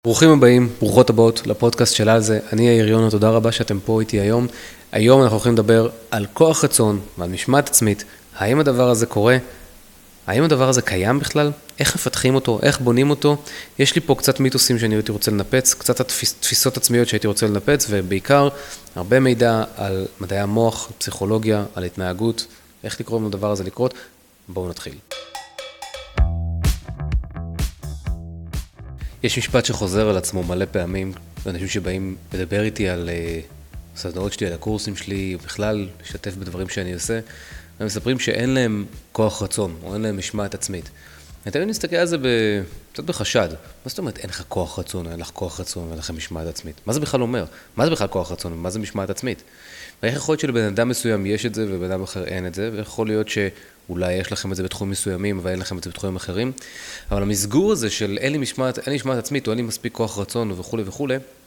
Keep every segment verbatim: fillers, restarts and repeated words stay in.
ברוכים הבאים, ברוכות הבאות לפודקאסט של על זה. אני יאיר יונה, תודה רבה שאתם פה איתי היום. היום אנחנו הולכים לדבר על כוח רצון ועל משמעת עצמית. האם הדבר הזה קורה? האם הדבר הזה קיים בכלל? איך מפתחים אותו? איך בונים אותו? יש לי פה קצת מיתוסים שאני הייתי רוצה לנפץ, קצת התפיסות עצמיות שהייתי רוצה לנפץ, ובעיקר הרבה מידע על מדעי המוח, פסיכולוגיה, על התנהגות, איך לקרוא לדבר הזה לקרות. בואו נתחיל. יש משפט שחוזר על עצמו מלא פעמים, אנשים שבאים לדבר איתי על uh, סדנאות שלי, על הקורסים שלי, ובכלל לשתף בדברים שאני עושה, הם מספרים שאין להם כוח רצון, או אין להם משמעת עצמית. אני תמיד מסתכל על זה קצת בחשד. מה זאת אומרת, אין לך כוח רצון, אין לך כוח רצון, ואין לכם משמעת עצמית? מה זה בכלל אומר? מה זה בכלל כוח רצון, ומה זה משמעת עצמית? ואיך יכול להיות שלבן אדם מסוים יש את זה, ובן אדם אחר אין את זה, ויכול להיות שאולי יש לכם את זה בתחומים מסוימים, ואין לכם את זה בתחומים אחרים. אבל המסגור הזה של אין לי משמעת, אין לי משמעת עצמית, או אין לי מספיק כוח רצון, וכו' וכו',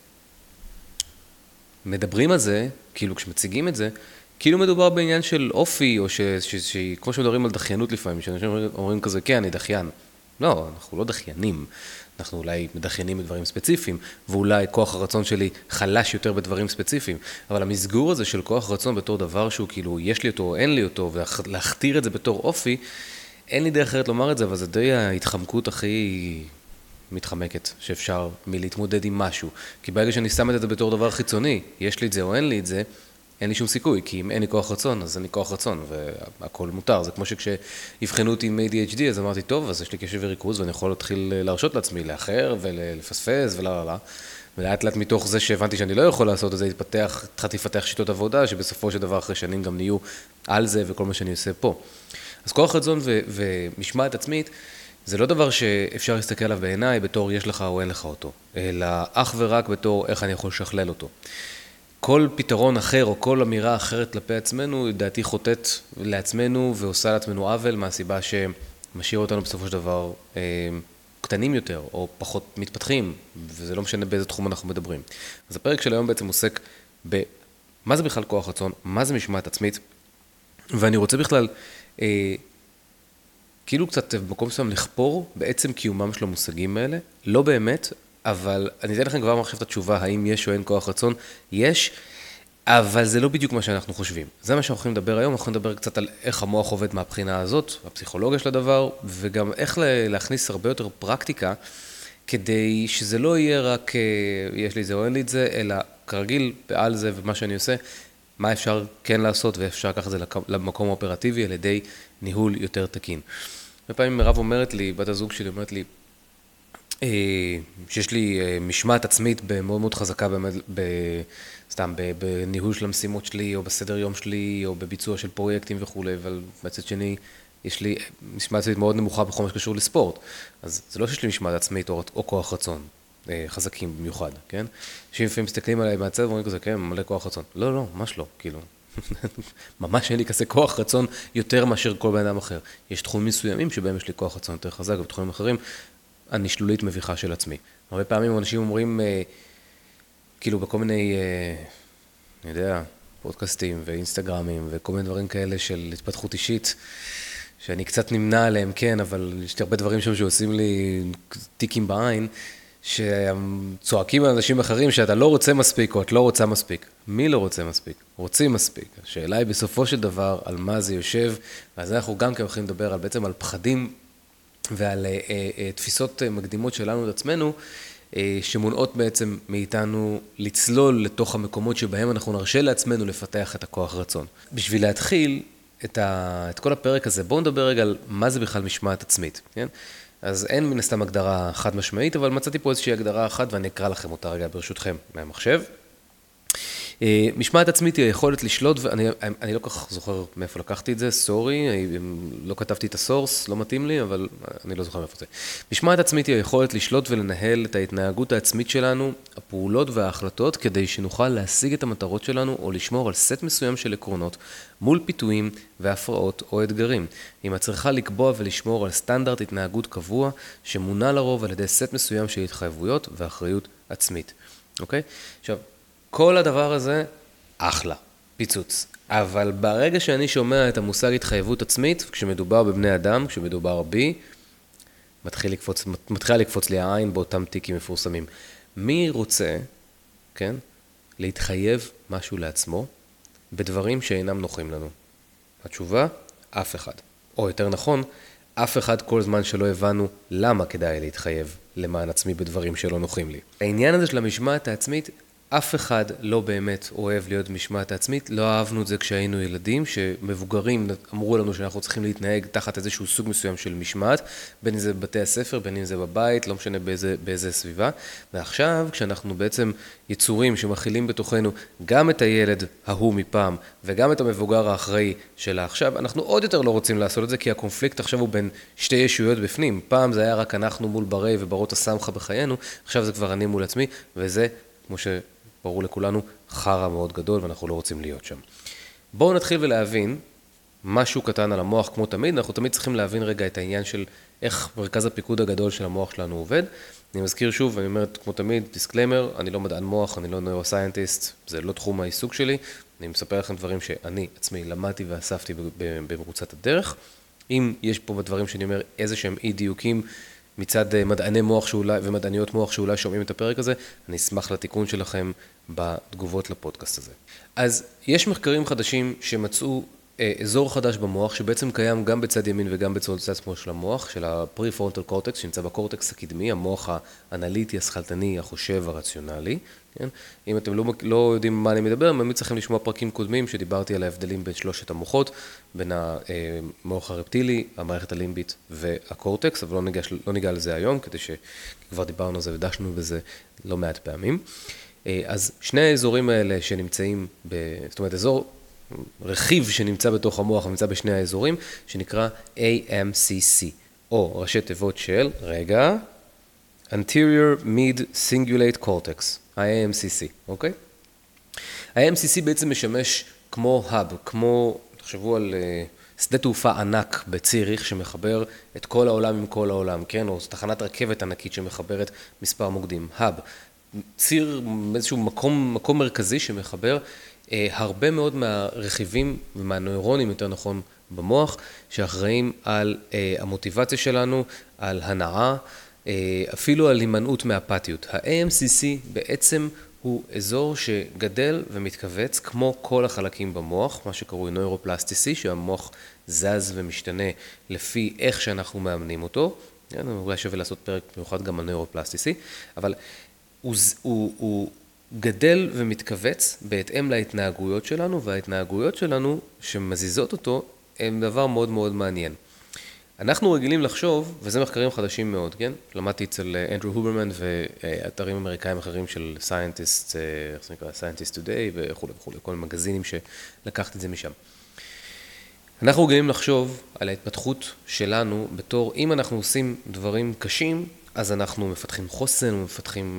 מדברים על זה, כאילו כשמציגים את זה, כאילו מדובר בעניין של אופי, או שכמו שמדברים על דחיינות לפעמים, שאנשים אומרים כזה, כן, אני דחיין. לא, אנחנו לא דחיינים. אנחנו אולי מדחיינים בדברים ספציפיים, ואולי כוח הרצון שלי חלש יותר בדברים ספציפיים. אבל המסגור הזה של כוח רצון בתור דבר שהוא כאילו, יש לי אותו או אין לי אותו, ולהכתיר את זה בתור אופי, אין לי דרך אחרת לומר את זה, אבל זה די ההתחמקות הכי מתחמקת שאפשר מלהתמודד עם משהו. כי ברגע שאני שם את זה בתור דבר חיצוני, יש לי את זה או אין לי את זה, אין לי שום סיכוי, כי אם אין לי כוח רצון, אז אין לי כוח רצון, והכל מותר. זה כמו שכשהבחנו אותי עם איי די אייץ' די, אז אמרתי, טוב, אז יש לי קשב וריכוז, ואני יכול להתחיל להרשות לעצמי, לאחר ולפספס ולא, לא, לא. ולאט לאט מתוך זה שהבנתי שאני לא יכול לעשות את זה, התפתח, התחלתי לפתח שיטות עבודה, שבסופו של דבר אחרי שנים גם נהיו על זה וכל מה שאני עושה פה. אז כוח רצון ו- ומשמעת עצמית, זה לא דבר שאפשר להסתכל עליו בעיניי בתור יש לך או אין לך אותו, אלא אך ורק בתור איך אני יכול לשכלל אותו. כל פתרון אחר או כל אמירה אחרת כלפי עצמנו, לדעתי חוטאת לעצמנו ועושה לעצמנו עוול מהסיבה שמשאיר אותנו בסופו של דבר אה, קטנים יותר או פחות מתפתחים, וזה לא משנה באיזה תחום אנחנו מדברים. אז הפרק של היום בעצם עוסק במה זה בכלל כוח רצון, מה זה משמעת עצמית, ואני רוצה בכלל אה, כאילו קצת במקום מסוים לחפור בעצם קיומם של המושגים האלה, לא באמת, אבל אני אתן לכם כבר עכשיו את התשובה, האם יש או אין כוח רצון. יש, אבל זה לא בדיוק מה שאנחנו חושבים. זה מה שאנחנו יכולים לדבר היום, אנחנו יכולים לדבר קצת על איך המוח עובד מהבחינה הזאת, הפסיכולוגיה של הדבר, וגם איך להכניס הרבה יותר פרקטיקה, כדי שזה לא יהיה רק יש לי את זה או אין לי את זה, אלא כרגיל בעל זה ומה שאני עושה, מה אפשר כן לעשות ואפשר לקחת את זה למקום האופרטיבי על ידי ניהול יותר תקין. בפעמים מרב אומרת לי, בת הזוג שלי אומרת לי, שיש לי משמעת עצמית מאוד מאוד חזקה באמת, סתם בניהול של המשימות שלי, או בסדר יום שלי, או בביצוע של פרויקטים וכו', אבל מצד שני, יש לי משמעת עצמית מאוד נמוכה בכל מה שקשור לספורט. אז זה לא שיש לי משמעת עצמית או, או כוח רצון חזקים במיוחד, כן? שאם לפעמים מסתכלים עליי מהצד ואומרים כזה, כן, מלא כוח רצון. לא, לא, ממש לא, כאילו. ממש אין לי כזה כוח רצון יותר מאשר כל בן אדם אחר. יש תחומים מסוימים שבהם יש לי כוח רצון יותר חזק, ובתחומים אחרים, אני שלולית מביכה של עצמי. הרבה פעמים אנשים אומרים, אה, כאילו בכל מיני, אה, אני יודע, פודקאסטים ואינסטגרמים וכל מיני דברים כאלה של התפתחות אישית, שאני קצת נמנע עליהם, כן, אבל יש הרבה דברים שם שעושים לי טיקים בעין, שצועקים על אנשים אחרים שאתה לא רוצה מספיק או את לא רוצה מספיק. מי לא רוצה מספיק? רוצים מספיק. השאלה היא בסופו של דבר על מה זה יושב, ואז אנחנו גם כן יכולים לדבר על, בעצם על פחדים, ועל uh, uh, תפיסות uh, מקדימות שלנו את עצמנו, uh, שמונעות בעצם מאיתנו לצלול לתוך המקומות שבהם אנחנו נרשה לעצמנו לפתח את הכוח רצון. בשביל להתחיל את, ה, את כל הפרק הזה, בואו נדבר רגע על מה זה בכלל משמעת עצמית. כן? אז אין מן הסתם הגדרה חד משמעית, אבל מצאתי פה איזושהי הגדרה אחת ואני אקרא לכם אותה רגע ברשותכם מהמחשב. משמעת עצמית היא היכולת לשלוט, ואני אני לא כך זוכר מאיפה לקחתי את זה, סורי, לא כתבתי את הסורס, לא מתאים לי, אבל אני לא זוכר מאיפה זה. משמעת עצמית היא היכולת לשלוט ולנהל את ההתנהגות העצמית שלנו, הפעולות וההחלטות, כדי שנוכל להשיג את המטרות שלנו, או לשמור על סט מסוים של עקרונות, מול פיתויים והפרעות או אתגרים. היא מצריכה לקבוע ולשמור על סטנדרט התנהגות קבוע, שמונה לרוב על ידי סט מסוים של התחייבויות ואחריות עצמית. אוקיי? עכשיו, כל הדבר הזה, אחלה, פיצוץ. אבל ברגע שאני שומע את המושג התחייבות עצמית, כשמדובר בבני אדם, כשמדובר בי, מתחיל לקפוץ, מתחילה לקפוץ לי העין באותם טיקים מפורסמים. מי רוצה, כן, להתחייב משהו לעצמו בדברים שאינם נוחים לנו? התשובה, אף אחד. או יותר נכון, אף אחד כל זמן שלא הבנו למה כדאי להתחייב למען עצמי בדברים שלא נוחים לי. העניין הזה של המשמעת העצמית, אף אחד לא באמת אוהב להיות משמעת העצמית, לא אהבנו את זה כשהיינו ילדים, שמבוגרים אמרו לנו שאנחנו צריכים להתנהג תחת איזשהו סוג מסוים של משמעת, בין אם זה בבתי הספר, בין אם זה בבית, לא משנה באיזה, באיזה סביבה. ועכשיו, כשאנחנו בעצם יצורים שמכילים בתוכנו גם את הילד ההוא מפעם, וגם את המבוגר האחראי שלה עכשיו, אנחנו עוד יותר לא רוצים לעשות את זה, כי הקונפליקט עכשיו הוא בין שתי ישויות בפנים. פעם זה היה רק אנחנו מול ברי וברות הסמכה בחיינו, עכשיו זה כבר אני מול עצמי, וזה, כמו ש... ברור לכולנו, חרא מאוד גדול ואנחנו לא רוצים להיות שם. בואו נתחיל ולהבין משהו קטן על המוח כמו תמיד, אנחנו תמיד צריכים להבין רגע את העניין של איך מרכז הפיקוד הגדול של המוח שלנו עובד. אני מזכיר שוב, ואני אומר כמו תמיד, דיסקליימר, אני לא מדען מוח, אני לא נוירוסיינטיסט, זה לא תחום העיסוק שלי, אני מספר לכם דברים שאני עצמי למדתי ואספתי במרוצת הדרך. אם יש פה בדברים שאני אומר איזה שהם אי דיוקים, מצד מדעני מוח שאולי, ומדעניות מוח שאולי שומעים את הפרק הזה, אני אשמח לתיקון שלכם בתגובות לפודקאסט הזה. אז יש מחקרים חדשים שמצאו אה, אזור חדש במוח, שבעצם קיים גם בצד ימין וגם בצד שמאל של המוח, של הפרי-פרונטל קורטקס, שנמצא בקורטקס הקדמי, המוח האנליטי, השכלתני, החושב, הרציונלי. כן? אם אתם לא, לא יודעים מה אני מדבר, אני ממליץ לכם לשמוע פרקים קודמים שדיברתי על ההבדלים בין שלושת המוחות, בין המוח הרפטילי, המערכת הלימבית והקורטקס, אבל לא ניגע, לא ניגע על זה היום, כדי שכבר דיברנו על זה ודשנו בזה לא מעט פעמים. אז שני האזורים האלה שנמצאים, ב, זאת אומרת, אזור, רכיב שנמצא בתוך המוח, נמצא בשני האזורים, שנקרא A M C C, או ראשי תיבות של, רגע, Anterior Mid Cingulate Cortex, ה-A M C C, אוקיי? ה-A M C C בעצם משמש כמו hub, כמו, תחשבו על uh, שדה תעופה ענק בציריך שמחבר את כל העולם עם כל העולם, כן? או תחנת רכבת ענקית שמחברת מספר מוקדים, hub. ציר, איזשהו מקום, מקום מרכזי שמחבר אה, הרבה מאוד מהרכיבים ומהנוירונים, יותר נכון, במוח, שאחראים על אה, המוטיבציה שלנו, על הנאה, אה, אפילו על הימנעות מאפתיות. ה-A M C C בעצם הוא אזור שגדל ומתכווץ כמו כל החלקים במוח, מה שקרוי נוירופלסטיסי, שהמוח זז ומשתנה לפי איך שאנחנו מאמנים אותו. כן, אולי שווה לעשות פרק מיוחד גם על נוירופלסטיסי, אבל הוא, הוא, הוא גדל ומתכווץ בהתאם להתנהגויות שלנו, וההתנהגויות שלנו שמזיזות אותו הם דבר מאוד מאוד מעניין. אנחנו רגילים לחשוב, וזה מחקרים חדשים מאוד, כן? למדתי אצל אנדרו הוברמן ואתרים אמריקאים אחרים של Scientist, איך זה נקרא? Scientist Today וכו' וכו', כל מגזינים שלקחתי את זה משם. אנחנו רגילים לחשוב על ההתפתחות שלנו בתור, אם אנחנו עושים דברים קשים, אז אנחנו מפתחים חוסן, או מפתחים,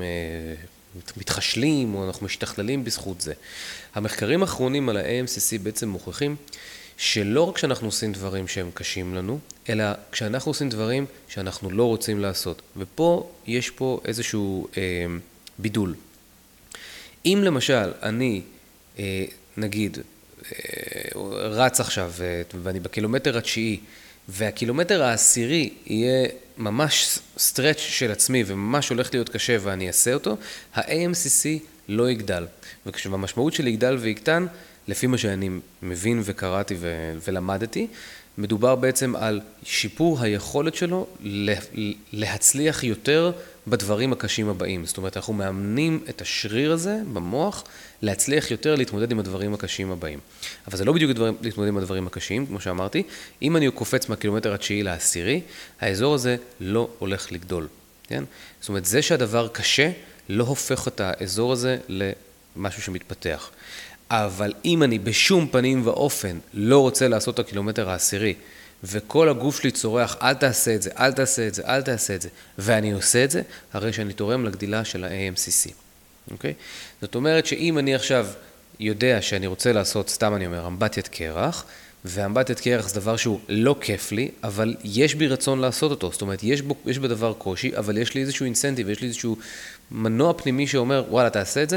מתחשלים, או אנחנו משתכללים בזכות זה. המחקרים האחרונים על ה-A M C C בעצם מוכיחים שלא רק כשאנחנו עושים דברים שהם קשים לנו, אלא כשאנחנו עושים דברים שאנחנו לא רוצים לעשות. ופה יש פה איזשהו אה, בידול. אם למשל אני, אה, נגיד, אה, רץ עכשיו, ואני בקילומטר התשיעי, והקילומטר העשירי יהיה ממש סטרץ' של עצמי וממש הולך להיות קשה ואני אעשה אותו, ה-A M C C לא יגדל. וכשהמשמעות שלי יגדל ויקטן, לפי מה שאני מבין וקראתי ו- ולמדתי, מדובר בעצם על שיפור היכולת שלו להצליח יותר בדברים הקשים הבאים. זאת אומרת, אנחנו מאמנים את השריר הזה במוח להצליח יותר להתמודד עם הדברים הקשים הבאים. אבל זה לא בדיוק דברים, להתמודד עם הדברים הקשים, כמו שאמרתי. אם אני קופץ מהקילומטר התשיעי לעשירי, האזור הזה לא הולך לגדול. כן? זאת אומרת, זה שהדבר קשה לא הופך את האזור הזה למשהו שמתפתח. אבל אם אני בשום פנים ואופן לא רוצה לעשות את הקילומטר העשירי, וכל הגוף שלי צורח, אל תעשה את זה, אל תעשה את זה, אל תעשה את זה, ואני עושה את זה, הרי שאני תורם לגדילה של ה-A M C C. אוקיי? זאת אומרת שאם אני עכשיו יודע שאני רוצה לעשות, סתם אני אומר, אמבטיית קרח, ואמבטיית קרח זה דבר שהוא לא כיף לי, אבל יש בי רצון לעשות אותו. זאת אומרת, יש, בו, יש בדבר קושי, אבל יש לי איזשהו אינסנטיב, יש לי איזשהו מנוע פנימי שאומר, וואלה, תעשה את זה,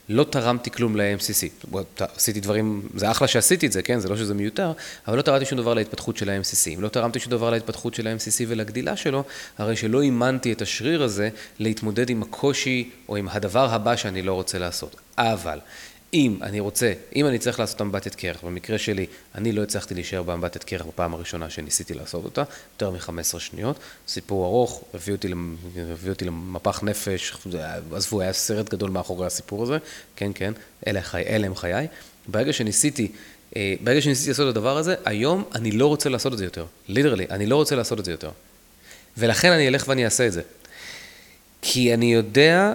לא תרמתי כלום ל-אם סי סי. עשיתי דברים, זה אחלה שעשיתי את זה, כן? זה לא שזה מיותר, אבל לא תרמתי שום דבר להתפתחות של ה-אם סי סי. אם לא תרמתי שום דבר להתפתחות של ה-אם סי סי ולגדילה שלו, הרי שלא אימנתי את השריר הזה להתמודד עם הקושי או עם הדבר הבא שאני לא רוצה לעשות. אבל אם אני רוצה, אם אני צריך לעשות אמבטת קרח, במקרה שלי, אני לא הצלחתי להישאר באמבטת קרח בפעם הראשונה שניסיתי לעשות אותה, יותר מ-חמש עשרה שניות, סיפור ארוך, הביא אותי, הביא אותי למפח נפש, עזבו, היה סרט גדול מאחורי הסיפור הזה, כן, כן, אלה, חי, אלה הם חיי. ברגע שניסיתי, ברגע שניסיתי לעשות את הדבר הזה, היום אני לא רוצה לעשות את זה יותר. ליטרלי, אני לא רוצה לעשות את זה יותר. ולכן אני אלך ואני אעשה את זה. כי אני יודע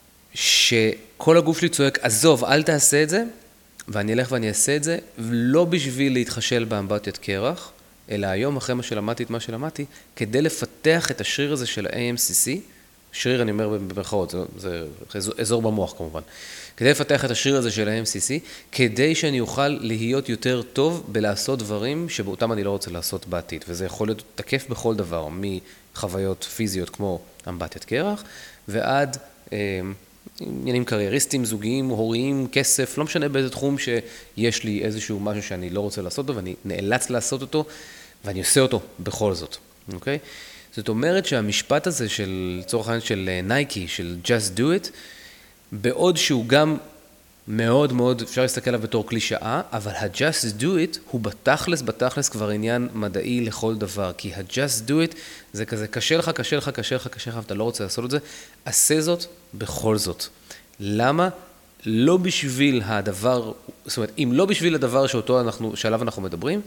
שכל הגוף שלי צועק, עזוב, אל תעשה את זה, ואני אלך ואני אעשה את זה, לא בשביל להתחשל באמבטיית קרח, אלא היום, אחרי מה שלמדתי את מה שלמדתי, כדי לפתח את השריר הזה של ה-אם סי סי, שריר אני אומר במרכאות, זה, זה אזור במוח כמובן, כדי לפתח את השריר הזה של ה-אם סי סי, כדי שאני אוכל להיות יותר טוב בלעשות דברים שבאותם אני לא רוצה לעשות בעתיד, וזה יכול להיות תקף בכל דבר, מחוויות פיזיות כמו אמבטיית קרח, ועד עניינים קרייריסטיים, זוגיים, הוריים, כסף, לא משנה באיזה תחום שיש לי איזשהו משהו שאני לא רוצה לעשות אותו, ואני נאלץ לעשות אותו, ואני עושה אותו בכל זאת, אוקיי? זאת אומרת שהמשפט הזה של, לצורך העניין של נייקי, של just do it, בעוד שהוא גם מאוד מאוד, אפשר להסתכל עליו בתור קלישאה, אבל ה-just do it הוא בתכלס, בתכלס כבר עניין מדעי לכל דבר, כי ה-just do it זה כזה, קשה לך, קשה לך, קשה לך, קשה לך, ואתה לא רוצה לעשות את זה, עשה זאת בכל זאת. למה? לא בשביל הדבר, זאת אומרת, אם לא בשביל הדבר שאותו אנחנו, שעליו אנחנו מדברים,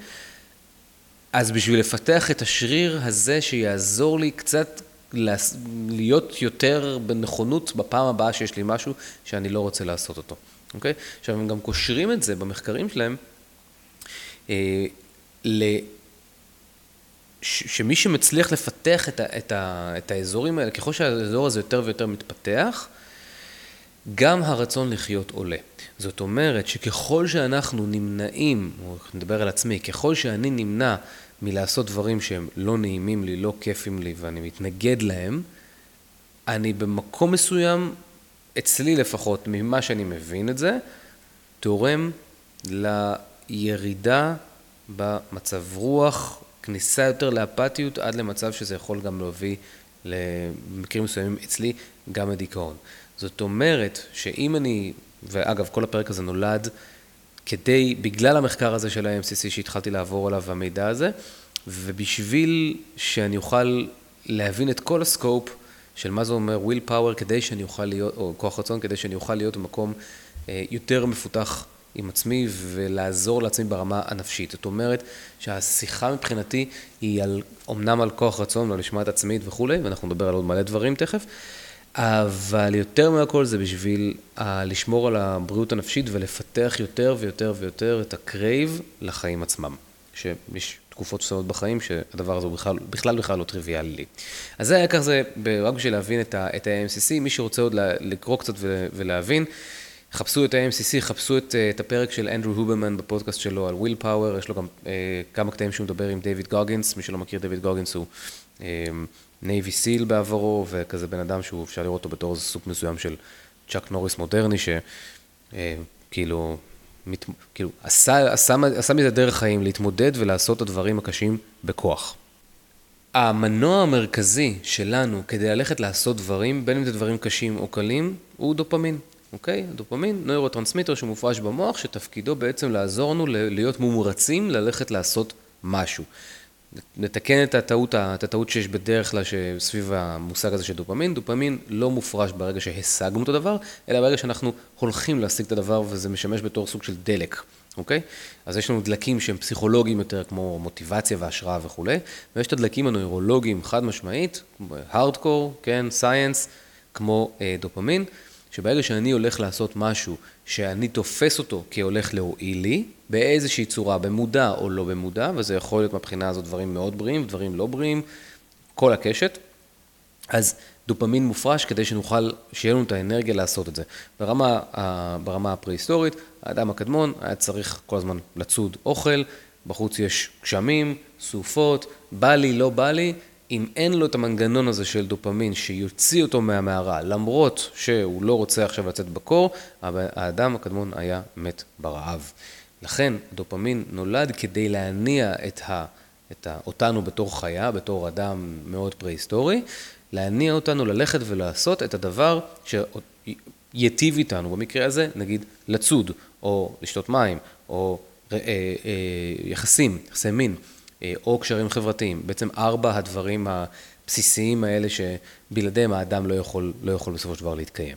אז בשביל לפתח את השריר הזה שיעזור לי קצת להיות יותר בנכונות בפעם הבאה שיש לי משהו שאני לא רוצה לעשות אותו. אוקיי? עכשיו, הם גם קושרים את זה במחקרים שלהם, אה, ל... ש... שמי שמצליח לפתח את, ה... את, ה... את האזורים האלה, ככל שהאזור הזה יותר ויותר מתפתח, גם הרצון לחיות עולה. זאת אומרת שככל שאנחנו נמנעים, או נדבר על עצמי, ככל שאני נמנע מלעשות דברים שהם לא נעימים לי, לא כיפים לי, ואני מתנגד להם, אני במקום מסוים, אצלי לפחות, ממה שאני מבין את זה, תורם לירידה במצב רוח, כניסה יותר לאפתיות, עד למצב שזה יכול גם להביא למקרים מסוימים אצלי, גם לדיכאון. זאת אומרת שאם אני, ואגב כל הפרק הזה נולד, כדי, בגלל המחקר הזה של ה-אם סי סי שהתחלתי לעבור עליו והמידע הזה, ובשביל שאני אוכל להבין את כל הסקופ של מה זה אומר will power, כדי שאני אוכל להיות, או כוח רצון, כדי שאני אוכל להיות במקום יותר מפותח עם עצמי ולעזור לעצמי ברמה הנפשית. זאת אומרת שהשיחה מבחינתי היא על, אומנם על כוח רצון, על משמעת עצמית וכו', ואנחנו נדבר על עוד מלא דברים תכף, אבל יותר מהכל זה בשביל לשמור על הבריאות הנפשית ולפתח יותר ויותר ויותר את הקרייב לחיים עצמם. שיש תקופות מסוימות בחיים שהדבר הזה הוא בכלל, בכלל בכלל לא טריוויאלי לי. אז זה היה כזה, רק בשביל להבין את ה-אם סי סי, מי שרוצה עוד לקרוא קצת ולהבין, חפשו את ה-אם סי סי, חפשו את, את הפרק של אנדרו הוברמן בפודקאסט שלו על will power, יש לו גם אה, כמה קטעים שהוא מדבר עם דיוויד גוגינס, מי שלא מכיר דיוויד גוגינס הוא אה, נייבי סיל בעברו, וכזה בן אדם שהוא אפשר לראות אותו בתור סוג מסוים של צ'אק נוריס מודרני, שכאילו, מת, כאילו, עשה, עשה, עשה מזה דרך חיים להתמודד ולעשות את הדברים הקשים בכוח. המנוע המרכזי שלנו כדי ללכת לעשות דברים, בין אם זה דברים קשים או קלים, הוא דופמין. אוקיי? דופמין, נוירוטרנסמיטר שמופרש במוח, שתפקידו בעצם לעזור לנו להיות מומרצים ללכת לעשות משהו. נתקן את הטעות, את הטעות שיש בדרך כלל סביב המושג הזה של דופמין. דופמין לא מופרש ברגע שהשגנו את הדבר, אלא ברגע שאנחנו הולכים להשיג את הדבר, וזה משמש בתור סוג של דלק. אוקיי? אז יש לנו דלקים שהם פסיכולוגיים יותר, כמו מוטיבציה והשראה וכו'. ויש את הדלקים הנוירולוגיים חד משמעית, הארדקור, כן, סייאנס, כמו אה, דופמין. שברגע שאני הולך לעשות משהו שאני תופס אותו כהולך להועיל לי, באיזושהי צורה, במודע או לא במודע, וזה יכול להיות מבחינה הזאת דברים מאוד בריאים, דברים לא בריאים, כל הקשת, אז דופמין מופרש כדי שנוכל, שיהיה לנו את האנרגיה לעשות את זה. ברמה, ברמה הפרה-היסטורית, האדם הקדמון היה צריך כל הזמן לצוד אוכל, בחוץ יש גשמים, סופות, בא לי, לא בא לי, אם אין לו את המנגנון הזה של דופמין שיוציא אותו מהמערה, למרות שהוא לא רוצה עכשיו לצאת בקור, האדם הקדמון היה מת ברעב. לכן הדופמין נולד כדי להניע את, ה, את ה, אותנו בתור חיה, בתור אדם מאוד פרה-היסטורי, להניע אותנו ללכת ולעשות את הדבר שיטיב איתנו, במקרה הזה נגיד לצוד, או לשתות מים, או אה, אה, יחסים, יחסי מין, או קשרים חברתיים, בעצם ארבע הדברים הבסיסיים האלה שבלעדיהם האדם לא יכול, לא יכול בסופו של דבר להתקיים.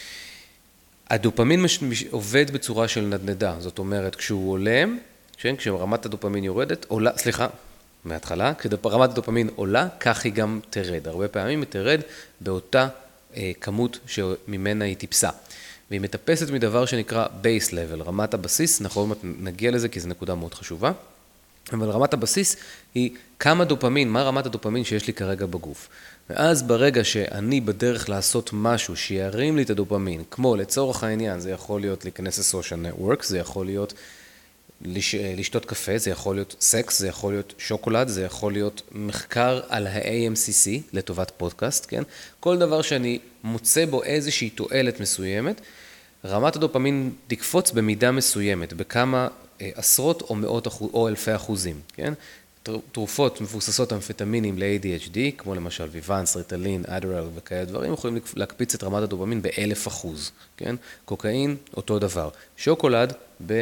הדופמין מש, מש, עובד בצורה של נדנדה, זאת אומרת, כשהוא עולה, כן, כשרמת הדופמין יורדת, עולה, סליחה, מההתחלה, כשרמת הדופמין עולה, כך היא גם תרד. הרבה פעמים היא תרד באותה אה, כמות שממנה היא טיפסה. והיא מטפסת מדבר שנקרא base level, רמת הבסיס, אנחנו נגיע לזה כי זו נקודה מאוד חשובה. אבל רמת הבסיס היא כמה דופמין, מה רמת הדופמין שיש לי כרגע בגוף. ואז ברגע שאני בדרך לעשות משהו שירים לי את הדופמין, כמו לצורך העניין, זה יכול להיות להיכנס לסושיאל נטוורק, זה יכול להיות לש... לשתות קפה, זה יכול להיות סקס, זה יכול להיות שוקולד, זה יכול להיות מחקר על ה-איי אם סי סי לטובת פודקאסט, כן? כל דבר שאני מוצא בו איזושהי תועלת מסוימת, רמת הדופמין תקפוץ במידה מסוימת, בכמה עשרות או מאות או אלפי אחוזים, כן? תרופות מבוססות אמפטמינים ל-איי די אייץ' די, כמו למשל ויוונס, ריטלין, אדרל וכאלה דברים, יכולים להקפיץ את רמת הדופמין באלף אחוז, כן? קוקאין, אותו דבר. שוקולד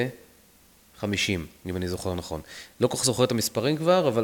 ב-חמישים, אם אני זוכר נכון. לא כל כך זוכר את המספרים כבר, אבל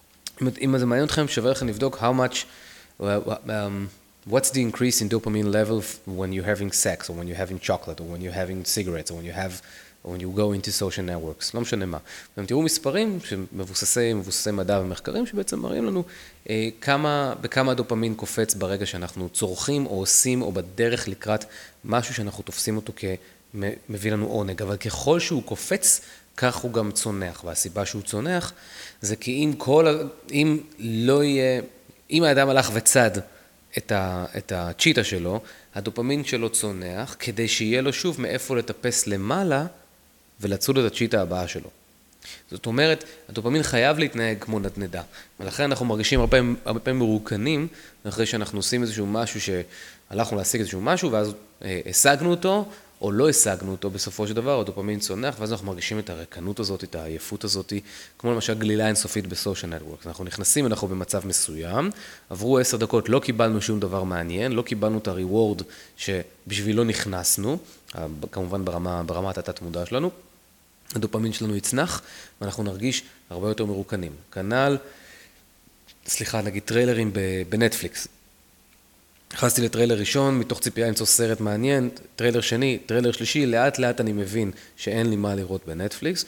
אם זה מעניין אתכם, שווה לכם לבדוק how much, um, what's the increase in dopamine level when you're having sex, or when you're having chocolate, or when you're having cigarettes, or when you have או when you go into social networks, לא משנה מה. והם תראו מספרים שמבוססי, מבוססי מדע ומחקרים שבעצם מראים לנו אה, כמה, בכמה הדופמין קופץ ברגע שאנחנו צורכים או עושים או בדרך לקראת משהו שאנחנו תופסים אותו כמביא לנו עונג. אבל ככל שהוא קופץ, כך הוא גם צונח. והסיבה שהוא צונח זה כי אם כל, אם לא יהיה, אם האדם הלך וצד את, ה, את הצ'יטה שלו, הדופמין שלו צונח כדי שיהיה לו שוב מאיפה לטפס למעלה, ולצוד את הצ'יטה הבאה שלו. זאת אומרת, הדופמין חייב להתנהג כמו נדנדה. ולכן אנחנו מרגישים הרבה פעמים, הרבה פעמים מרוקנים, אחרי שאנחנו עושים איזשהו משהו שהלכנו להשיג איזשהו משהו, ואז אה, השגנו אותו, או לא השגנו אותו בסופו של דבר, הדופמין צונח, ואז אנחנו מרגישים את הריקנות הזאת, את העייפות הזאת, כמו למשל גלילה אינסופית בסושיאל נטוורק. אנחנו נכנסים, אנחנו במצב מסוים, עברו עשר דקות, לא קיבלנו שום דבר מעניין, לא קיבלנו את הריוורד שבשבילו נכנסנו, כמובן ברמה, ברמת התת-מודע שלנו, הדופמין שלנו יצנח, ואנחנו נרגיש הרבה יותר מרוקנים. כנ"ל, סליחה, נגיד טריילרים בנטפליקס. נכנסתי לטריילר ראשון, מתוך ציפייה למצוא סרט מעניין, טריילר שני, טריילר שלישי, לאט לאט אני מבין שאין לי מה לראות בנטפליקס.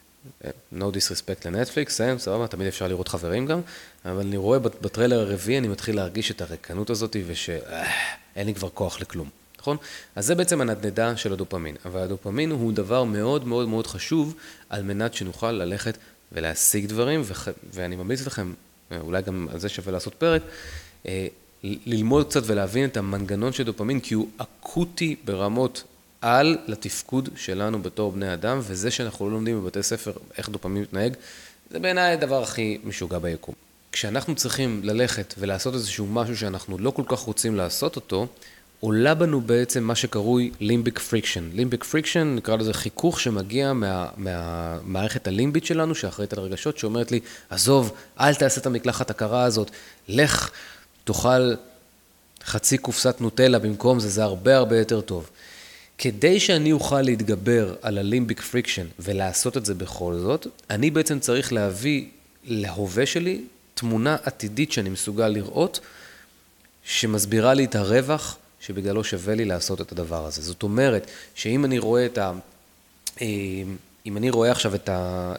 No disrespect לנטפליקס, סבבה, תמיד אפשר לראות חברים גם, אבל אני רואה בטריילר הרביעי, אני מתחיל להרגיש את הריקנות הזאת, ושאין לי כבר כוח לכלום. נכון? אז זה בעצם הנדנדה של הדופמין, אבל הדופמין הוא דבר מאוד מאוד מאוד חשוב על מנת שנוכל ללכת ולהשיג דברים, ו- ואני ממליץ לכם, אולי גם על זה שווה לעשות פרק, ללמוד קצת ולהבין את המנגנון של דופמין, כי הוא אקוטי ברמות על לתפקוד שלנו בתור בני אדם, וזה שאנחנו לא לומדים בבתי ספר איך דופמין מתנהג, זה בעיניי הדבר הכי משוגע ביקום. כשאנחנו צריכים ללכת ולעשות איזשהו משהו שאנחנו לא כל כך רוצים לעשות אותו, עולה בנו בעצם מה שקרוי לימביק פריקשן. לימביק פריקשן נקרא לזה חיכוך שמגיע מה, מהמערכת הלימבית שלנו, שאחראית על הרגשות, שאומרת לי, עזוב, אל תעשה את המקלחת הקרה הזאת, לך, תאכל חצי קופסת נוטלה במקום זה, זה הרבה הרבה יותר טוב. כדי שאני אוכל להתגבר על הלימביק פריקשן ולעשות את זה בכל זאת, אני בעצם צריך להביא להווה שלי תמונה עתידית שאני מסוגל לראות, שמסבירה לי את הרווח שבגללו שווה לי לעשות את הדבר הזה. זאת אומרת, שאם אני רואה את ה... אם אני רואה עכשיו את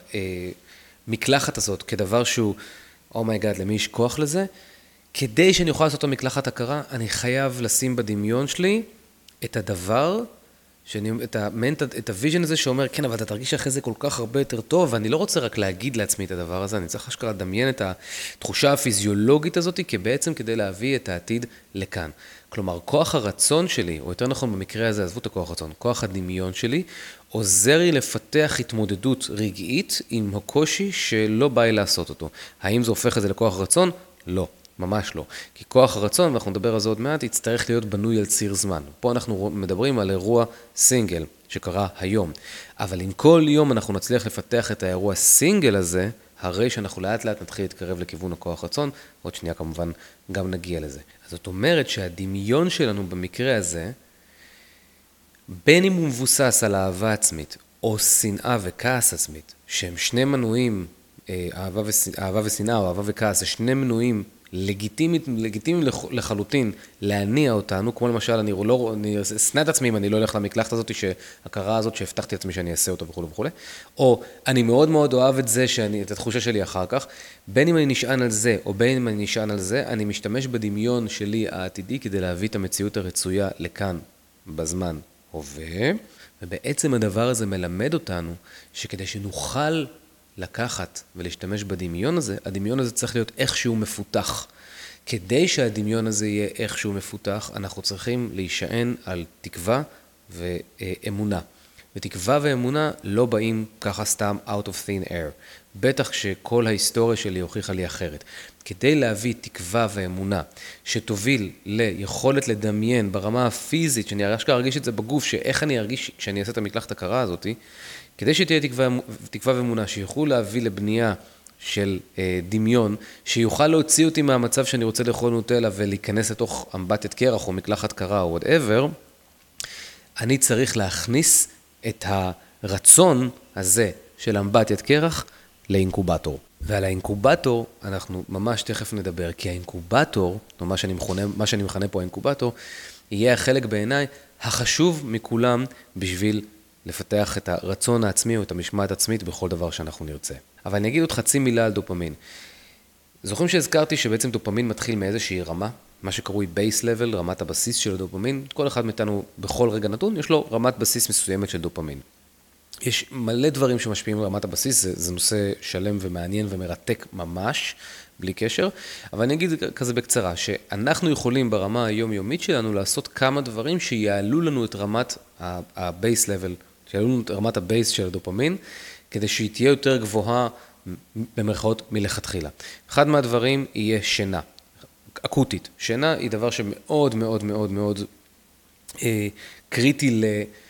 המקלחת הזאת כדבר שהוא, אומייגאד, למי יש כוח לזה, כדי שאני אוכל לעשות את המקלחת הקרה, אני חייב לשים בדמיון שלי את הדבר, שאני, את המנט, את הוויז'ן הזה שאומר, כן, אבל אתה תרגיש אחרי זה כל כך הרבה יותר טוב, ואני לא רוצה רק להגיד לעצמי את הדבר הזה, אני צריך אשכרה לדמיין את התחושה הפיזיולוגית הזאת, כי בעצם כדי להביא את העתיד לכאן. כלומר, כוח הרצון שלי, או יותר נכון במקרה הזה, עזבו את הכוח הרצון, כוח הדמיון שלי, עוזר לי לפתח התמודדות רגעית עם הקושי שלא בא לי לעשות אותו. האם זה הופך את זה לכוח רצון? לא. ממש לא. כי כוח הרצון, ואנחנו נדבר על זה עוד מעט, יצטרך להיות בנוי על ציר זמן. פה אנחנו מדברים על אירוע סינגל שקרה היום. אבל אם כל יום אנחנו נצליח לפתח את האירוע סינגל הזה, הרי שאנחנו לאט לאט נתחיל להתקרב לכיוון הכוח רצון, עוד שנייה כמובן גם נגיע לזה. אז זאת אומרת שהדמיון שלנו במקרה הזה, בין אם הוא מבוסס על אהבה עצמית, או שנאה וכעס עצמית, שהם שני מנועים, אהבה, ושנא, אהבה ושנאה או אהבה וכעס, זה שני מנועים לגיטימית, לגיטימיים לחלוטין להניע אותנו, כמו למשל, אני לא, אני אסנא את עצמי אם אני לא הולך למקלחת הזאת, שהכרה הזאת שהבטחתי לעצמי שאני אעשה אותה וכו' וכו', או אני מאוד מאוד אוהב את זה, שאני, את התחושה שלי אחר כך, בין אם אני נשען על זה, או בין אם אני נשען על זה, אני משתמש בדמיון שלי העתידי, כדי להביא את המציאות הרצויה לכאן, בזמן הווה, ובעצם הדבר הזה מלמד אותנו, שכדי שנוכל לקחת ולהשתמש בדמיון הזה, הדמיון הזה צריך להיות איכשהו מפותח. כדי שהדמיון הזה יהיה איכשהו מפותח, אנחנו צריכים להישען על תקווה ואמונה. ותקווה ואמונה לא באים ככה סתם out of thin air. בטח שכל ההיסטוריה שלי הוכיחה לי אחרת. כדי להביא תקווה ואמונה שתוביל ליכולת לדמיין ברמה הפיזית, שאני אשכרה ארגיש את זה בגוף, שאיך אני ארגיש כשאני אעשה את המקלחת הקרה הזאת, כדי שתהיה תקווה, תקווה ואמונה, שיוכלו להביא לבנייה של אה, דמיון, שיוכל להוציא אותי מהמצב שאני רוצה לאכול נוטלה ולהיכנס לתוך אמבטיית קרח או מקלחת קרה או whatever, אני צריך להכניס את הרצון הזה של אמבטיית קרח לאינקובטור. ועל האינקובטור אנחנו ממש תכף נדבר, כי האינקובטור, או מה שאני מכנה, מה שאני מכנה פה האינקובטור, יהיה החלק בעיניי החשוב מכולם בשביל לפתח את הרצון העצמי או את המשמעת עצמית בכל דבר שאנחנו נרצה. אבל אני אגיד עוד חצי מילה על דופמין. זוכרים שהזכרתי שבעצם דופמין מתחיל מאיזושהי רמה, מה שקרוי base level, רמת הבסיס של הדופמין. כל אחד מאיתנו בכל רגע נתון יש לו רמת בסיס מסוימת של דופמין. יש מלא דברים שמשפיעים על רמת הבסיס, זה, זה נושא שלם ומעניין ומרתק ממש, בלי קשר, אבל אני אגיד כזה בקצרה, שאנחנו יכולים ברמה היומיומית שלנו לעשות כמה דברים שיעלו לנו את רמת ה-base level, שיעלו לנו את רמת הבייס של הדופמין, כדי שהיא תהיה יותר גבוהה במרכאות מלכתחילה. אחד מהדברים יהיה שינה, אקוטית. שינה היא דבר שמאוד מאוד מאוד מאוד אה, קריטי ל...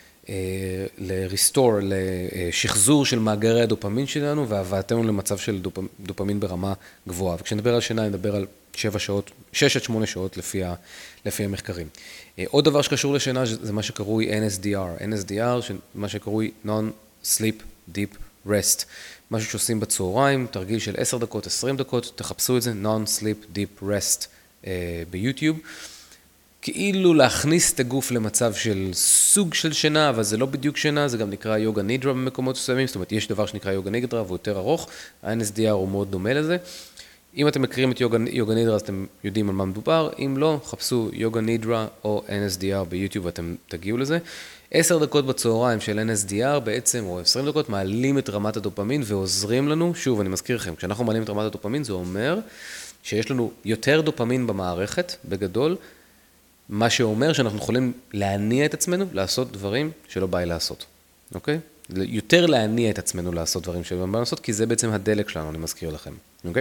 ל-restore, לשחזור של מאגרי הדופמין שלנו, והבאתנו למצב של דופ... דופמין ברמה גבוהה. וכשנדבר על שינה, נדבר על שבע שעות, שש עד שמונה שעות לפי, ה... לפי המחקרים. עוד דבר שקשור לשינה זה מה שקרוי N S D R. N S D R, מה שקרוי Non-Sleep Deep Rest. משהו שעושים בצהריים, תרגיל של עשר דקות, עשרים דקות, תחפשו את זה, Non-Sleep Deep Rest ביוטיוב. כאילו להכניס את הגוף למצב של סוג של שינה, אבל זה לא בדיוק שינה, זה גם נקרא יוגה נידרה במקומות מסוימים, זאת אומרת, יש דבר שנקרא יוגה נידרה והוא יותר ארוך, ה-N S D R הוא מאוד דומה לזה. אם אתם מכירים את יוגה, יוגה נידרה, אז אתם יודעים על מה מדובר, אם לא, חפשו יוגה נידרה או N S D R ביוטיוב ואתם תגיעו לזה. עשר דקות בצהריים של N S D R בעצם, או עשרים דקות, מעלים את רמת הדופמין ועוזרים לנו, שוב, אני מזכיר לכם, כשאנחנו מעלים את רמת הדופמין, זה אומר שיש לנו יותר דופמין במערכת, בגדול, מה שאומר שאנחנו יכולים להניע את עצמנו לעשות דברים שלא בא לי לעשות, אוקיי? יותר להניע את עצמנו לעשות דברים שלא בא לי לעשות, כי זה בעצם הדלק שלנו, אני מזכיר לכם, אוקיי?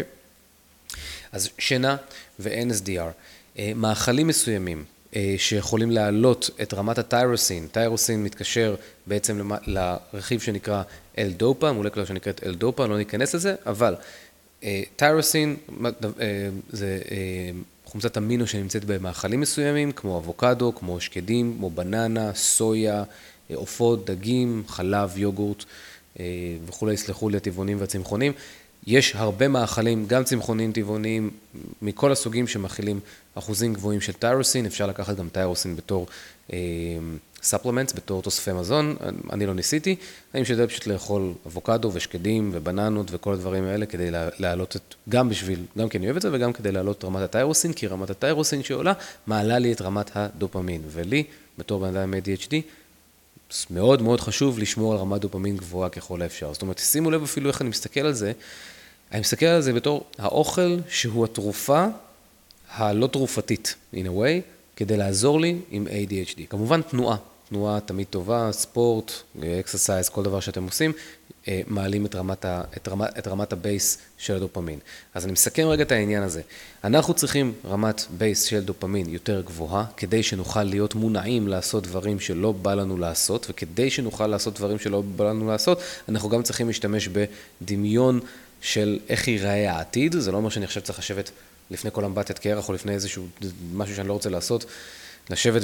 אז שינה ו-N S D R, מאכלים מסוימים שיכולים להעלות את רמת הטיירוסין, טיירוסין מתקשר בעצם לרכיב שנקרא L-דופה, מולקולה שנקראת L-דופה, לא ניכנס לזה, אבל טיירוסין זה חומצת אמינו שנמצאת במאכלים מסוימים, כמו אבוקדו, כמו שקדים, כמו בננה, סויה, עופות, דגים, חלב, יוגורט וכו', יסלחו לי הטבעונים והצמחונים. יש הרבה מאכלים, גם צמחונים טבעוניים, מכל הסוגים שמכילים אחוזים גבוהים של טיירוסין, אפשר לקחת גם טיירוסין בתור ספלמנטס, בתור תוספי מזון, אני לא ניסיתי, אני משתדל פשוט לאכול אבוקדו ושקדים ובננות וכל הדברים האלה כדי להעלות את, גם בשביל, גם כי אני אוהב את זה וגם כדי להעלות את רמת הטיירוסין, כי רמת הטיירוסין שעולה מעלה לי את רמת הדופמין, ולי, בתור בן אדם עם A D H D, מאוד מאוד חשוב לשמור על רמת דופמין גבוהה ככל האפשר. זאת אומרת, שימו לב אפילו איך אני מסתכל על זה, אני מסתכל על זה בתור האוכל שהוא התרופה הלא תרופתית, in a way, כדי לעזור לי עם A D H D. כמובן תנועה, תנועה תמיד טובה, ספורט, אקסרסייז, כל דבר שאתם עושים, מעלים את רמת, ה, את, רמת, את רמת הבייס של הדופמין. אז אני מסכם רגע את העניין הזה. אנחנו צריכים רמת בייס של דופמין יותר גבוהה, כדי שנוכל להיות מונעים לעשות דברים שלא בא לנו לעשות, וכדי שנוכל לעשות דברים שלא בא לנו לעשות, אנחנו גם צריכים להשתמש בדמיון של איך ייראה העתיד. זה לא אומר שאני עכשיו צריך לשבת לפני כל אמבטיית קרח, או לפני איזשהו משהו שאני לא רוצה לעשות, לשבת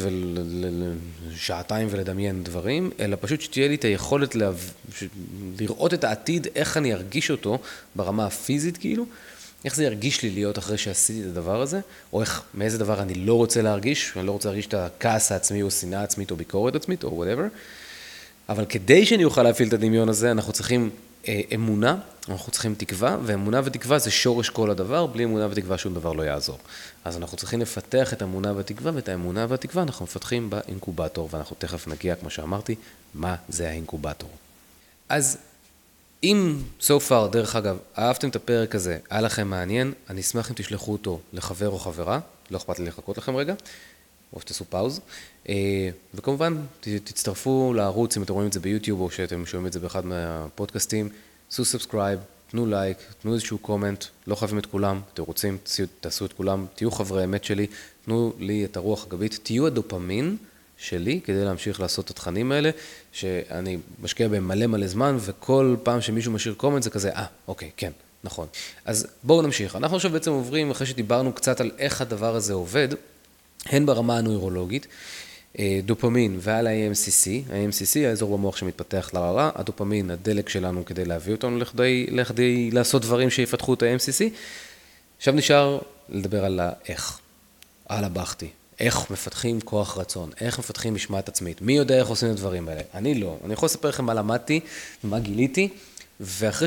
ושעתיים ולדמיין דברים, אלא פשוט שתהיה לי את היכולת לה... לראות את העתיד, איך אני ארגיש אותו ברמה הפיזית כאילו, איך זה ירגיש לי להיות אחרי שעשיתי את הדבר הזה, או איך, מאיזה דבר אני לא רוצה להרגיש, אני לא רוצה להרגיש את הכעס העצמי או שנאה עצמית או ביקורת עצמית או whatever, אבל כדי שאני אוכל להפעיל את הדמיון הזה, אנחנו צריכים אה, אמונה, אנחנו צריכים תקווה, ואמונה ותקווה זה שורש כל הדבר, בלי אמונה ותקווה שום דבר לא יעזור. אז אנחנו צריכים לפתח את האמונה והתקווה, ואת האמונה והתקווה אנחנו מפתחים באינקובטור, ואנחנו תכף נגיע, כמו שאמרתי, מה זה האינקובטור. אז אם so far, דרך אגב, אהבתם את הפרק הזה, היה לכם מעניין, אני אשמח אם תשלחו אותו לחבר או חברה, לא אכפת לי לחכות לכם רגע, או שתעשו פאוז, וכמובן תצטרפו לערוץ אם אתם רואים את זה ביוטיוב או שאתם שומעים את זה באחד מהפודקאסטים, עשו סאבסקרייב, תנו לייק, תנו איזשהו קומנט, לא חייבים את כולם, אתם רוצים, תעשו את כולם, תהיו חברי אמת שלי, תנו לי את הרוח הגבית, תהיו הדופמין שלי כדי להמשיך לעשות את התכנים האלה, שאני משקיע בהם מלא מלא זמן, וכל פעם שמישהו משאיר קומנט זה כזה, אה, אוקיי, כן, נכון. אז בואו נמשיך. אנחנו עכשיו בעצם עוברים, אחרי שדיברנו קצת על איך הדבר הזה עובד, הן ברמה הנוירולוגית, דופמין ועל ה-A M C C, ה-A M C C, האזור במוח שמתפתח לרע, הדופמין, הדלק שלנו כדי להביא אותנו לכדי, לכדי לעשות דברים שיפתחו את ה-A M C C. עכשיו נשאר לדבר על האיך, על הבכתי, איך מפתחים כוח רצון, איך מפתחים משמעת עצמית, מי יודע איך עושים את הדברים האלה? אני לא, אני יכול לספר לכם מה למדתי ומה גיליתי, ואחרי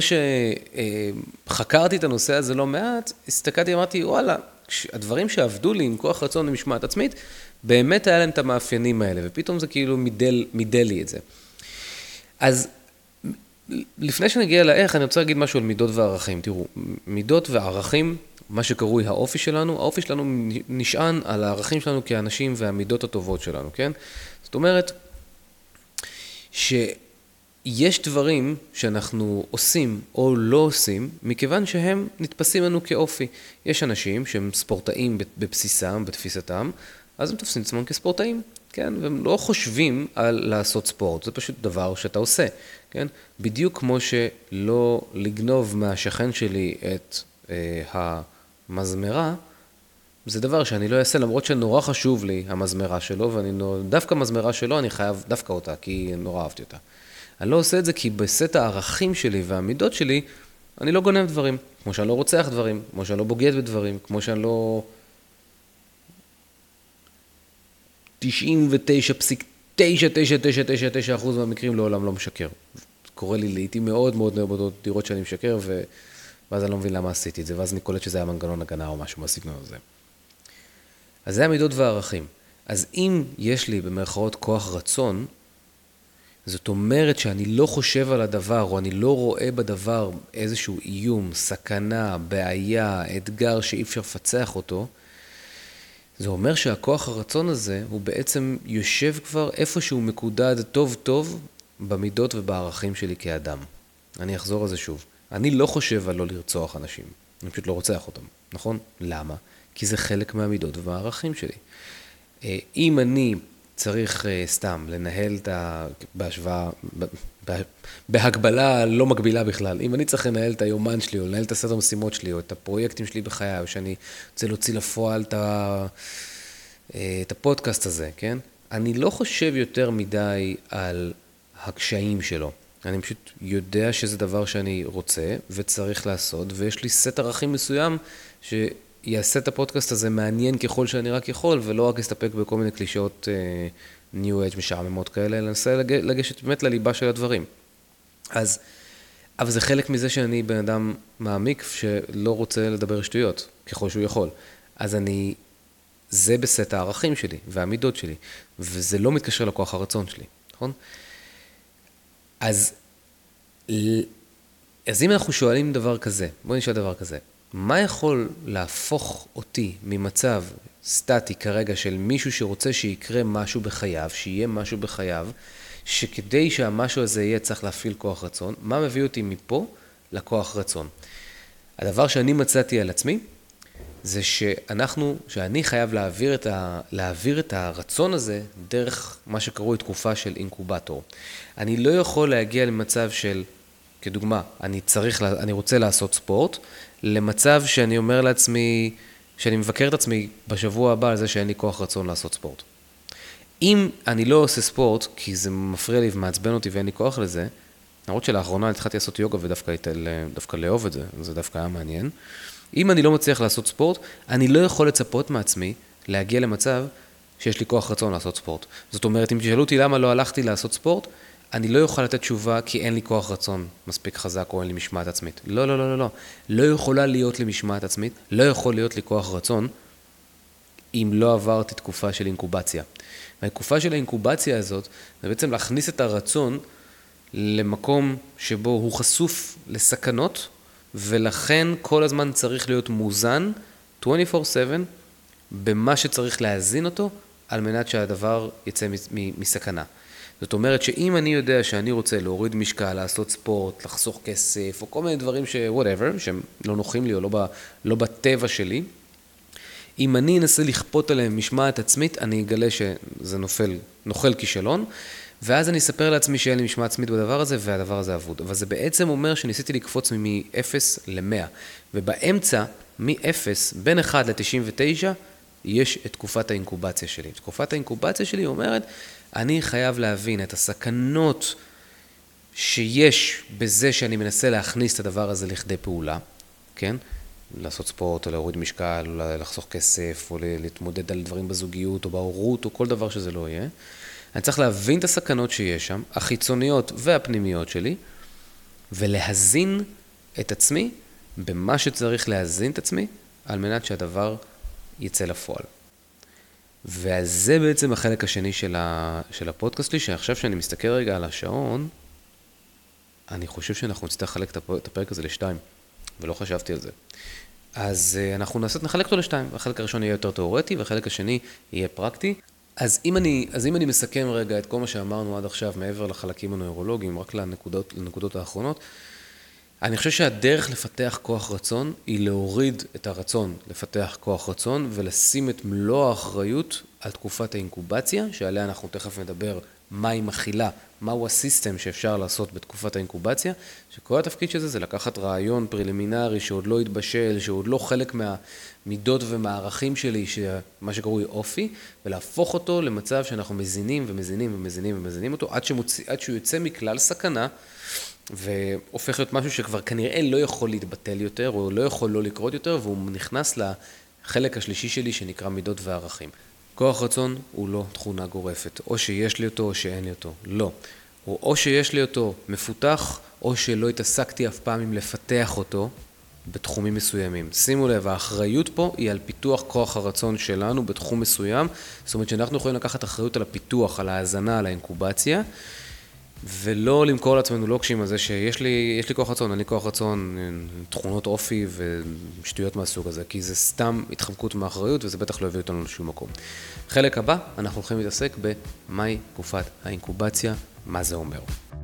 שחקרתי את הנושא הזה לא מעט, הסתכלתי, אמרתי, וואלה, הדברים שעבדו לי עם כוח רצון ומשמעת עצמית, באמת היה להם את המאפיינים האלה, ופתאום זה כאילו מידל, מידל לי את זה. אז לפני שנגיע לאיך, אני רוצה להגיד משהו על מידות וערכים. תראו, מידות וערכים, מה שקרוי האופי שלנו, האופי שלנו נשען על הערכים שלנו כאנשים והמידות הטובות שלנו, כן? זאת אומרת, שיש דברים שאנחנו עושים או לא עושים, מכיוון שהם נתפסים לנו כאופי. יש אנשים שהם ספורטאים בבסיסם, בתפיסתם, אז הם תופסים עצמם כספורטאים, כן? והם לא חושבים על לעשות ספורט, זה פשוט דבר שאתה עושה, כן? בדיוק כמו שלא לגנוב מהשכן שלי את אה, המזמרה, זה דבר שאני לא אעשה, למרות שנורא חשוב לי המזמרה שלו, ואני דווקא מזמרה שלו, אני חייב דווקא אותה, כי נורא אהבתי אותה. אני לא עושה את זה כי בסט הערכים שלי והמידות שלי, אני לא גונב דברים, כמו שאני לא רוצח דברים, כמו שאני לא בוגד בדברים, כמו שאני לא... תשעים ותשע נקודה תשע תשע תשע תשע תשע אחוז מהמקרים לעולם לא משקר. קורה לי לעתים מאוד מאוד מאוד דירות שאני משקר, ו... ואז אני לא מבין למה עשיתי את זה, ואז אני קולט שזה היה מנגנון הגנה או משהו בסגנון הזה. אז זה המידות והערכים. אז אם יש לי במרכאות כוח רצון, זאת אומרת שאני לא חושב על הדבר, או אני לא רואה בדבר איזשהו איום, סכנה, בעיה, אתגר שאי אפשר לפצח אותו, זה אומר שהכוח הרצון הזה הוא בעצם יושב כבר איפשהו מקודד טוב טוב במידות ובערכים שלי כאדם. אני אחזור על זה שוב. אני לא חושב על לא לרצוח אנשים. אני פשוט לא רוצח אותם, נכון? למה? כי זה חלק מהמידות ובערכים שלי. אם אני צריך סתם לנהל את ה... בהשוואה, בהגבלה לא מגבילה בכלל, אם אני צריך לנהל את היומן שלי, או לנהל את הסדר המשימות שלי, או את הפרויקטים שלי בחיי, או שאני רוצה להוציא לפועל את, ה... את הפודקאסט הזה, כן? אני לא חושב יותר מדי על הקשיים שלו. אני פשוט יודע שזה דבר שאני רוצה וצריך לעשות, ויש לי סט ערכים מסוים שיעשה את הפודקאסט הזה מעניין ככל שאני רק יכול, ולא רק אסתפק בכל מיני קלישאות ניו אייג' משעממות כאלה, אלא ננסה לגשת באמת לליבה של הדברים. אז, אבל זה חלק מזה שאני בן אדם מעמיק שלא רוצה לדבר שטויות, ככל שהוא יכול. אז אני, זה בסט הערכים שלי והמידות שלי, וזה לא מתקשר לכוח הרצון שלי, נכון? אז, אז אם אנחנו שואלים דבר כזה, בואו נשאל דבר כזה, מה יכול להפוך אותי ממצב סטטי כרגע של מישהו שרוצה שיקרה משהו בחייו, שיהיה משהו בחייו, שכדי שהמשהו הזה יהיה צריך להפעיל כוח רצון, מה מביא אותי מפה לכוח רצון? הדבר שאני מצאתי על עצמי, זה שאנחנו, שאני חייב להעביר את, ה, להעביר את הרצון הזה דרך מה שקרוי תקופה של אינקובטור. אני לא יכול להגיע למצב של, כדוגמה, אני צריך, אני רוצה לעשות ספורט, למצב שאני אומר לעצמי, שאני מבקר את עצמי בשבוע הבא על זה שאין לי כוח רצון לעשות ספורט. אם אני לא עושה ספורט, כי זה מפריע לי ומעצבן אותי ואין לי כוח לזה, למרות שלאחרונה התחלתי לעשות יוגה ודווקא דווקא לאהוב את זה, זה דווקא היה מעניין. אם אני לא מצליח לעשות ספורט, אני לא יכול לצפות מעצמי להגיע למצב שיש לי כוח רצון לעשות ספורט. זאת אומרת, אם תשאלו אותי למה לא הלכתי לעשות ספורט, אני לא יכול לתת תשובה כי אין לי כוח רצון מספיק חזק או אין לי משמעת עצמית. לא, לא, לא, לא, לא. לא יכולה להיות לי משמעת עצמית, לא יכול להיות לי כוח רצון אם לא עברתי תקופה של אינקובציה. והתקופה של האינקובציה הזאת, זה בעצם להכניס את הרצון למקום שבו הוא חשוף לסכנות, ולכן כל הזמן צריך להיות מוזן עשרים וארבע שבע במה שצריך להזין אותו, על מנת שהדבר יצא מסכנה. זאת אומרת שאם אני יודע שאני רוצה להוריד משקל, לעשות ספורט, לחסוך כסף, או כל מיני דברים ש... whatever, שהם לא נוחים לי או לא, ב... לא בטבע שלי, אם אני אנסה לכפות עליהם משמעת עצמית, אני אגלה שזה נופל, נוכל כישלון, ואז אני אספר לעצמי שאין לי משמעת עצמית בדבר הזה, והדבר הזה אבוד. אבל זה בעצם אומר שניסיתי לקפוץ מ-אפס ל-מאה, ובאמצע, מ-אפס, בין אחד ל-תשעים ותשע, יש את תקופת האינקובציה שלי. תקופת האינקובציה שלי אומרת, אני חייב להבין את הסכנות שיש בזה שאני מנסה להכניס את הדבר הזה לכדי פעולה, כן? לעשות ספורט, או להוריד משקל, או לחסוך כסף, או להתמודד על דברים בזוגיות, או בהורות, או כל דבר שזה לא יהיה. אני צריך להבין את הסכנות שיש שם, החיצוניות והפנימיות שלי, ולהזין את עצמי במה שצריך להזין את עצמי, על מנת שהדבר יצא לפועל. וזה בעצם החלק השני של, ה... של הפודקאסט שלי, שעכשיו שאני מסתכל רגע על השעון, אני חושב שאנחנו נצטרך לחלק את הפרק הזה לשתיים, ולא חשבתי על זה. אז אנחנו נעשה, נחלק אותו לשתיים, החלק הראשון יהיה יותר תיאורטי, והחלק השני יהיה פרקטי. אז אם אני, אז אם אני מסכם רגע את כל מה שאמרנו עד עכשיו, מעבר לחלקים הנוירולוגיים, רק לנקודות, לנקודות האחרונות, אני חושב שהדרך לפתח כוח רצון היא להוריד את הרצון לפתח כוח רצון ולשים את מלוא האחריות על תקופת האינקובציה, שעליה אנחנו תכף נדבר מה היא מכילה, מהו הסיסטם שאפשר לעשות בתקופת האינקובציה, שכל התפקיד של זה זה לקחת רעיון פרלימינרי שעוד לא התבשל, שעוד לא חלק מהמידות ומערכים שלי, מה שקרוי אופי, ולהפוך אותו למצב שאנחנו מזינים ומזינים ומזינים ומזינים אותו, עד, שמוציא, עד שהוא יוצא מכלל סכנה, והופך להיות משהו שכבר כנראה לא יכול להתבטל יותר, או לא יכול לא לקרות יותר, והוא נכנס לחלק השלישי שלי שנקרא מידות וערכים. כוח רצון הוא לא תכונה גורפת, או שיש לי אותו או שאין לי אותו, לא. או, או שיש לי אותו מפותח, או שלא התעסקתי אף פעם עם לפתח אותו בתחומים מסוימים. שימו לב, האחריות פה היא על פיתוח כוח הרצון שלנו בתחום מסוים, זאת אומרת שאנחנו יכולים לקחת אחריות על הפיתוח, על ההזנה, על האינקובציה, ולא למכור לעצמנו לוקשים על זה שיש לי, יש לי כוח רצון, אין לי כוח רצון, תכונות אופי ושטויות מהסוג הזה, כי זה סתם התחמקות מהאחריות וזה בטח לא הביא אותנו לשום מקום. חלק הבא, אנחנו הולכים להתעסק במהי תקופת האינקובציה, מה זה אומר.